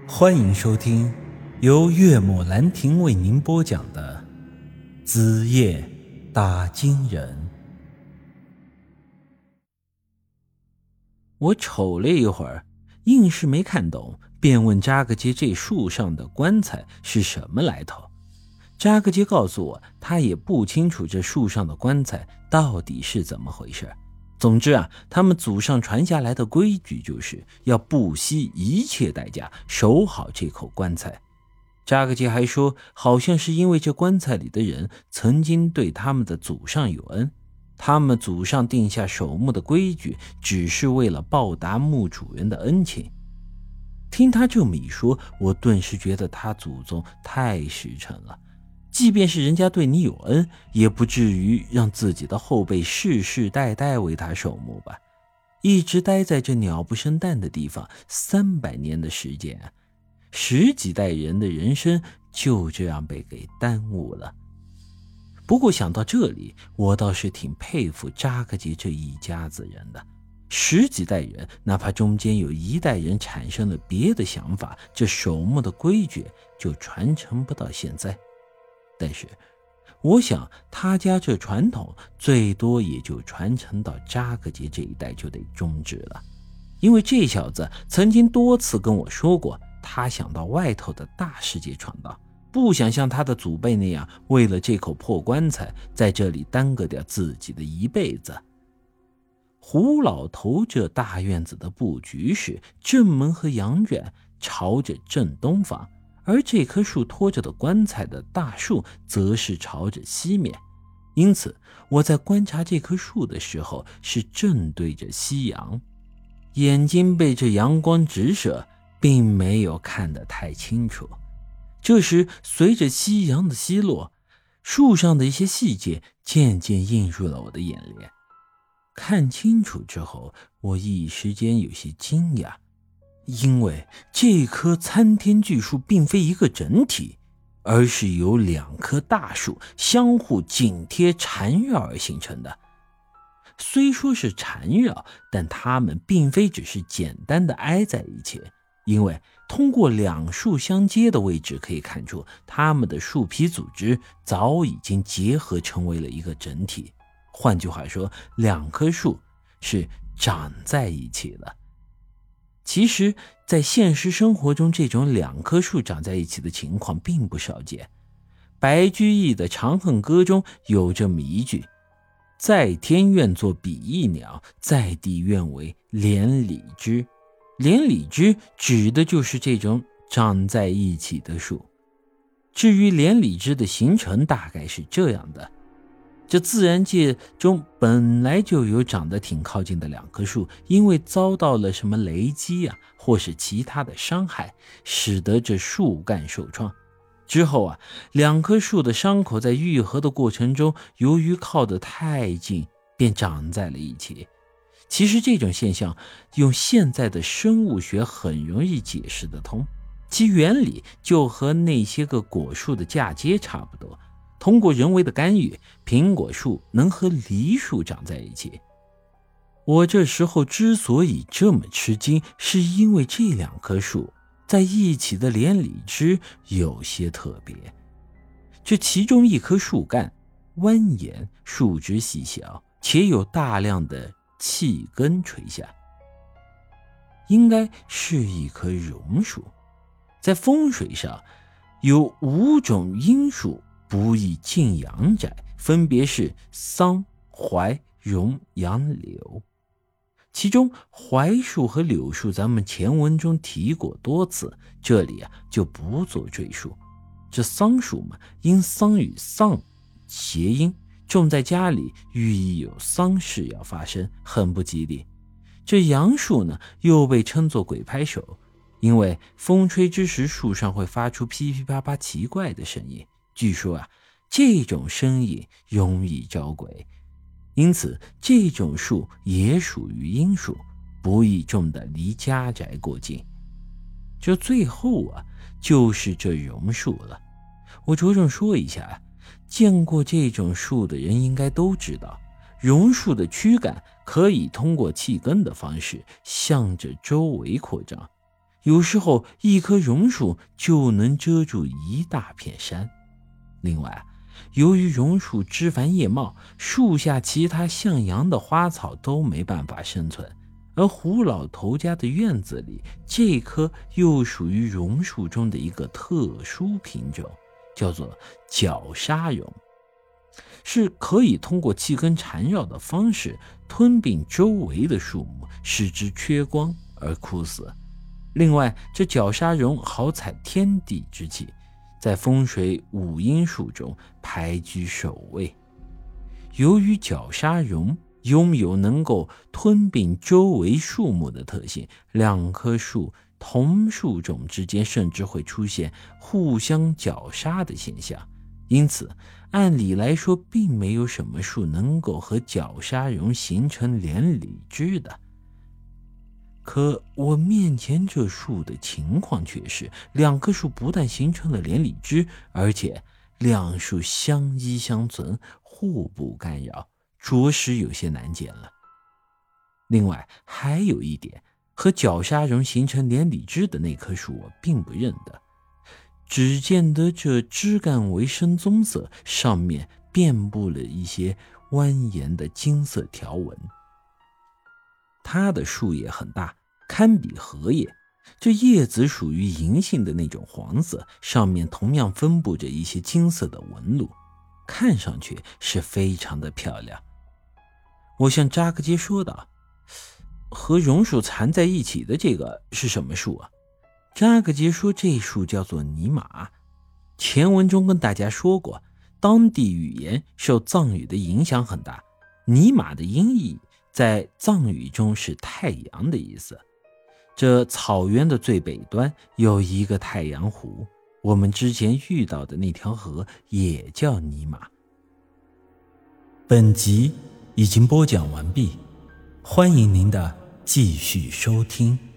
欢迎收听由岳母兰亭为您播讲的子夜打金人。我瞅了一会儿，硬是没看懂，便问扎格杰这树上的棺材是什么来头。扎格杰告诉我，他也不清楚这树上的棺材到底是怎么回事。总之啊，他们祖上传下来的规矩就是要不惜一切代价守好这口棺材。扎格杰还说，好像是因为这棺材里的人曾经对他们的祖上有恩，他们祖上定下守墓的规矩只是为了报答墓主人的恩情。听他这么一说，我顿时觉得他祖宗太实诚了，即便是人家对你有恩，也不至于让自己的后辈世世代代为他守墓吧。一直待在这鸟不生蛋的地方300年的时间啊，10几代人的人生就这样被给耽误了。不过想到这里，我倒是挺佩服扎格杰这一家子人的。10几代人，哪怕中间有一代人产生了别的想法，这守墓的规矩就传承不到现在。但是我想他家这传统最多也就传承到扎格杰这一代就得终止了，因为这小子曾经多次跟我说过，他想到外头的大世界闯荡，不想像他的祖辈那样为了这口破棺材在这里耽搁掉自己的一辈子。胡老头这大院子的布局是正门和阳院朝着正东方，而这棵树拖着的棺材的大树则是朝着西面，因此我在观察这棵树的时候是正对着夕阳，眼睛被这阳光直射，并没有看得太清楚。这时随着夕阳的西落，树上的一些细节渐渐映入了我的眼帘。看清楚之后，我一时间有些惊讶，因为这棵参天巨树并非一个整体，而是由2棵大树相互紧贴缠绕而形成的。虽说是缠绕，但它们并非只是简单的挨在一起，因为通过2树相接的位置可以看出，它们的树皮组织早已经结合成为了一个整体。换句话说，2棵树是长在一起了。其实在现实生活中，这种2棵树长在一起的情况并不少见。白居易的《长恨歌》中有这么一句，在天愿作比翼鸟，在地愿为连理枝。连理枝指的就是这种长在一起的树。至于连理枝的形成，大概是这样的，这自然界中本来就有长得挺靠近的2棵树，因为遭到了什么雷击啊，或是其他的伤害，使得这树干受创。之后啊，2棵树的伤口在愈合的过程中，由于靠得太近，便长在了一起。其实这种现象用现在的生物学很容易解释得通，其原理就和那些个果树的嫁接差不多。通过人为的干预，苹果树能和梨树长在一起。我这时候之所以这么吃惊，是因为这2棵树在一起的连理枝有些特别。这其中一棵树干蜿蜒，树枝细小，且有大量的气根垂下，应该是一棵榕树。在风水上有5种阴树不宜近阳宅，分别是桑、槐、榕、杨、柳。其中槐树和柳树咱们前文中提过多次，这里就不做赘述。这桑树嘛，因桑与丧谐音，种在家里寓意有丧事要发生，很不吉利。这杨树呢，又被称作鬼拍手，因为风吹之时树上会发出噼噼啪啪奇怪的声音，据说这种声音容易招鬼，因此这种树也属于阴树，不宜种的离家宅过近。这最后就是这榕树了。我着重说一下，见过这种树的人应该都知道，榕树的躯干可以通过气根的方式向着周围扩张， 有时候一棵榕树就能遮住一大片山。另外，由于榕树枝繁叶茂，树下其他向阳的花草都没办法生存，而胡老头家的院子里，这棵又属于榕树中的一个特殊品种，叫做绞杀榕，是可以通过气根缠绕的方式吞并周围的树木，使之缺光而枯死。另外，这绞杀榕好采天地之气，在风水五阴树中排居首位。由于绞杀榕拥有能够吞并周围树木的特性，两棵树同树种之间甚至会出现互相绞杀的现象。因此，按理来说，并没有什么树能够和绞杀榕形成连理枝的。可我面前这树的情况却是，两棵树不但形成了连理枝，而且两树相依相存，互不干扰，着实有些难见了。另外还有一点，和绞杀榕形成连理枝的那棵树我并不认得，只见得这枝干为深棕色，上面遍布了一些蜿蜒的金色条纹。它的树叶很大，堪比荷叶，这叶子属于银杏的那种黄色，上面同样分布着一些金色的纹路，看上去是非常的漂亮。我向扎克杰说道：“和榕树缠在一起的这个是什么树啊？”扎克杰说：“这树叫做尼玛。前文中跟大家说过，当地语言受藏语的影响很大，尼玛的音译在藏语中是太阳的意思。这草原的最北端有一个太阳湖，我们之前遇到的那条河也叫尼玛。”本集已经播讲完毕，欢迎您的继续收听。